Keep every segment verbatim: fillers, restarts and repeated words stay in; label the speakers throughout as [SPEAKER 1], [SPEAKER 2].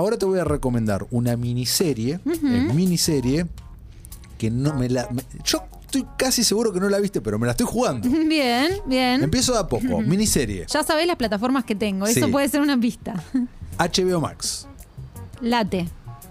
[SPEAKER 1] ahora te voy a recomendar una miniserie, uh-huh. eh, miniserie que no me la... Me, yo estoy casi seguro que no la viste, pero me la estoy jugando.
[SPEAKER 2] Bien, bien.
[SPEAKER 1] Empiezo de a poco. Miniserie.
[SPEAKER 2] Ya sabés las plataformas que tengo. Eso sí. Puede ser una pista.
[SPEAKER 1] H B O Max.
[SPEAKER 2] Late.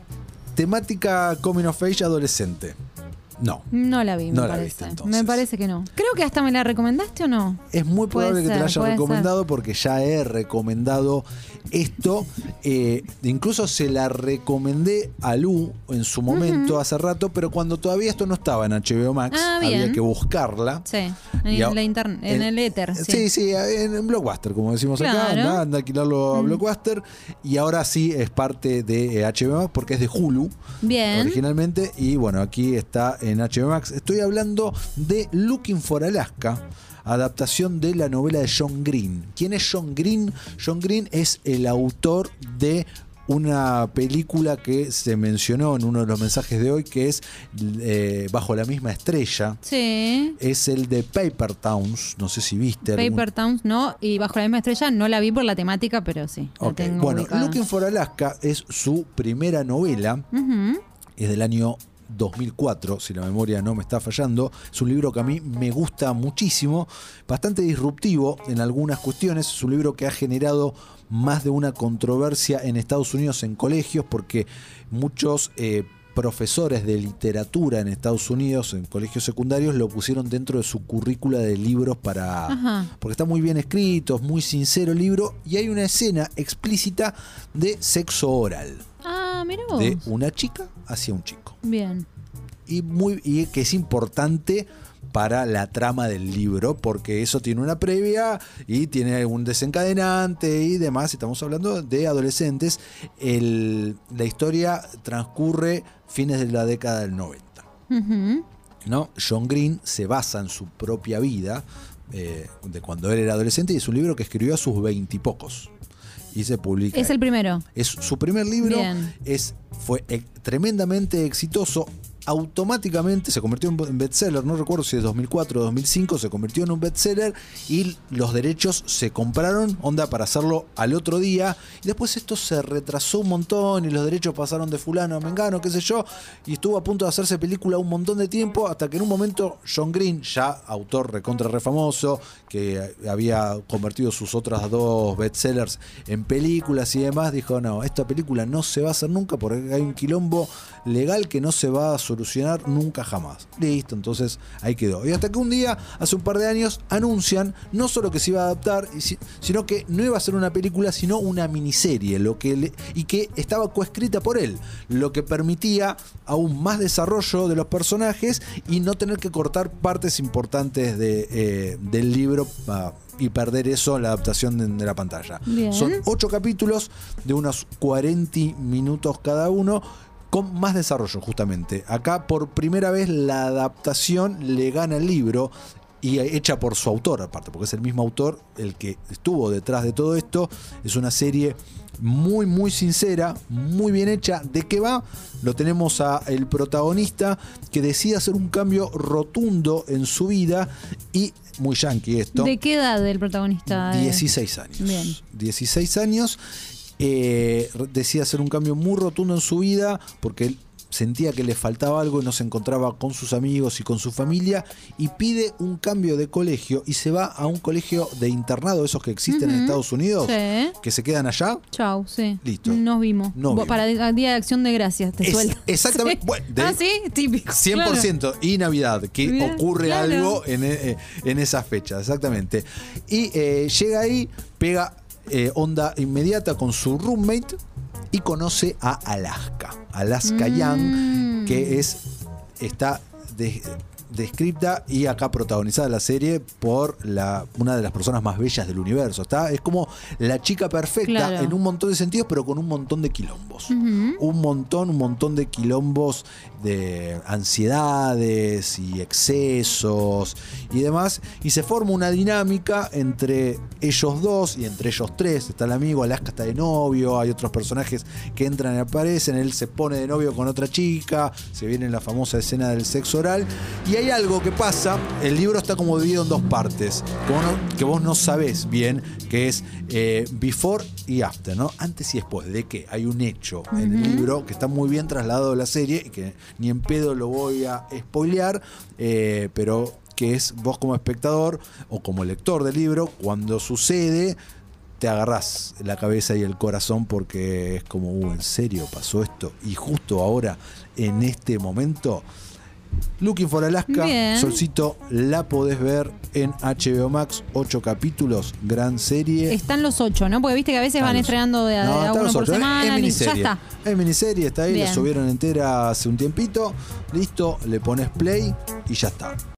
[SPEAKER 1] Temática coming of age adolescente. No.
[SPEAKER 2] No la vi, me
[SPEAKER 1] no
[SPEAKER 2] parece.
[SPEAKER 1] La viste, entonces.
[SPEAKER 2] Me parece que no. Creo que hasta me la recomendaste o no.
[SPEAKER 1] Es muy probable que te la haya recomendado ser. Porque ya he recomendado esto. Eh, incluso se la recomendé a Lu en su momento, uh-huh. hace rato, pero cuando todavía esto no estaba en H B O Max,
[SPEAKER 2] ah,
[SPEAKER 1] había que buscarla.
[SPEAKER 2] Sí, en, a, la internet, en, en el éter. Sí,
[SPEAKER 1] sí, sí en, en Blockbuster, como decimos claro. acá. Anda, anda a alquilarlo a mm. Blockbuster. Y ahora sí es parte de eh, H B O Max porque es de Hulu.
[SPEAKER 2] Bien.
[SPEAKER 1] Originalmente. Y bueno, aquí está en H B O Max. Estoy hablando de Looking for Alaska, adaptación de la novela de John Green. ¿Quién es John Green? John Green es el autor de una película que se mencionó en uno de los mensajes de hoy, que es eh, Bajo la misma estrella.
[SPEAKER 2] Sí.
[SPEAKER 1] Es el de Paper Towns. No sé si viste.
[SPEAKER 2] Paper
[SPEAKER 1] algún...
[SPEAKER 2] Towns no, y Bajo la misma estrella no la vi por la temática, pero sí.
[SPEAKER 1] Okay.
[SPEAKER 2] La tengo
[SPEAKER 1] bueno,
[SPEAKER 2] ubicada.
[SPEAKER 1] Looking for Alaska es su primera novela. Uh-huh. Es del año dos mil cuatro, si la memoria no me está fallando. Es un libro que a mí me gusta muchísimo, bastante disruptivo en algunas cuestiones. Es un libro que ha generado más de una controversia en Estados Unidos en colegios, porque muchos eh, profesores de literatura en Estados Unidos, en colegios secundarios, lo pusieron dentro de su currícula de libros para... Ajá. Porque está muy bien escrito, es muy sincero el libro, y hay una escena explícita de sexo oral.
[SPEAKER 2] Ah, mirá vos.
[SPEAKER 1] De una chica hacia un chico.
[SPEAKER 2] Bien.
[SPEAKER 1] Y, muy, y que es importante para la trama del libro, porque eso tiene una previa y tiene un desencadenante y demás. Estamos hablando de adolescentes. El, la historia transcurre fines de la década del noventa. Uh-huh. ¿No? John Green se basa en su propia vida eh, de cuando él era adolescente, y es un libro que escribió a sus veintipocos. Y se publica.
[SPEAKER 2] Es el primero.
[SPEAKER 1] Es su primer libro.
[SPEAKER 2] Bien.
[SPEAKER 1] Es, fue e- tremendamente exitoso. Automáticamente se convirtió en bestseller. No recuerdo si es dos mil cuatro o dos mil cinco. Se convirtió en un bestseller y los derechos se compraron, onda, para hacerlo al otro día. Y después esto se retrasó un montón y los derechos pasaron de fulano a mengano, qué sé yo. Y estuvo a punto de hacerse película un montón de tiempo, hasta que en un momento John Green, ya autor recontra re famoso, que había convertido sus otras dos bestsellers en películas y demás, dijo: no, esta película no se va a hacer nunca porque hay un quilombo legal que no se va a solucionar nunca jamás. Listo, entonces ahí quedó. Y hasta que un día, hace un par de años, anuncian no solo que se iba a adaptar, sino que no iba a ser una película, sino una miniserie, lo que le, y que estaba coescrita por él, lo que permitía aún más desarrollo de los personajes y no tener que cortar partes importantes de, eh, del libro uh, y perder eso en la adaptación de, de la pantalla.
[SPEAKER 2] Bien.
[SPEAKER 1] Son ocho capítulos de unos cuarenta minutos cada uno, con más desarrollo, justamente. Acá por primera vez la adaptación le gana el libro, y hecha por su autor aparte, porque es el mismo autor el que estuvo detrás de todo esto. Es una serie muy muy sincera, muy bien hecha. ¿De qué va? Lo tenemos a el protagonista que decide hacer un cambio rotundo en su vida, y muy yankee esto.
[SPEAKER 2] ¿De qué edad el protagonista?
[SPEAKER 1] dieciséis años.
[SPEAKER 2] Bien.
[SPEAKER 1] dieciséis años. Eh, decide hacer un cambio muy rotundo en su vida porque él sentía que le faltaba algo y no se encontraba con sus amigos y con su familia, y pide un cambio de colegio y se va a un colegio de internado, esos que existen uh-huh. en Estados Unidos,
[SPEAKER 2] sí.
[SPEAKER 1] que se quedan allá.
[SPEAKER 2] Chau, sí.
[SPEAKER 1] Listo.
[SPEAKER 2] Nos vimos.
[SPEAKER 1] Nos vimos.
[SPEAKER 2] Para el Día de Acción de Gracias, te
[SPEAKER 1] es,
[SPEAKER 2] suelto.
[SPEAKER 1] Exactamente.
[SPEAKER 2] Sí.
[SPEAKER 1] Bueno, de
[SPEAKER 2] ah, sí, típico.
[SPEAKER 1] cien por ciento. Claro. Y Navidad, que Bien, ocurre claro. algo en, en esas fechas, exactamente. Y eh, llega ahí, pega eh, onda inmediata con su roommate y conoce a Alaska. Alaska mm. Young, que es está de, descrita y acá protagonizada la serie por la, una de las personas más bellas del universo. Está, es como la chica perfecta, claro. en un montón de sentidos, pero con un montón de quilombos. Uh-huh. Un montón, un montón de quilombos, de ansiedades y excesos y demás. Y se forma una dinámica entre ellos dos y entre ellos tres. Está el amigo, Alaska está de novio, hay otros personajes que entran y aparecen. Él se pone de novio con otra chica, se viene la famosa escena del sexo oral. Y ahí hay algo que pasa, el libro está como dividido en dos partes, que vos no, que vos no sabés bien, que es eh, before y after, ¿no? Antes y después de que hay un hecho uh-huh. en el libro que está muy bien trasladado a la serie y que ni en pedo lo voy a spoilear, eh, pero que es vos como espectador o como lector del libro, cuando sucede te agarrás la cabeza y el corazón porque es como, uh, ¿en serio pasó esto? Y justo ahora, en este momento, Looking for Alaska,
[SPEAKER 2] bien.
[SPEAKER 1] Solcito, la podés ver en H B O Max, ocho capítulos, gran serie.
[SPEAKER 2] Están los ocho, ¿no? Porque viste que a veces están van los... estrenando de,
[SPEAKER 1] no,
[SPEAKER 2] de a uno por
[SPEAKER 1] ocho.
[SPEAKER 2] semana.
[SPEAKER 1] Es miniserie.
[SPEAKER 2] Ya está.
[SPEAKER 1] Es miniserie, está ahí,
[SPEAKER 2] bien.
[SPEAKER 1] la subieron entera hace un tiempito. Listo, le pones play y ya está.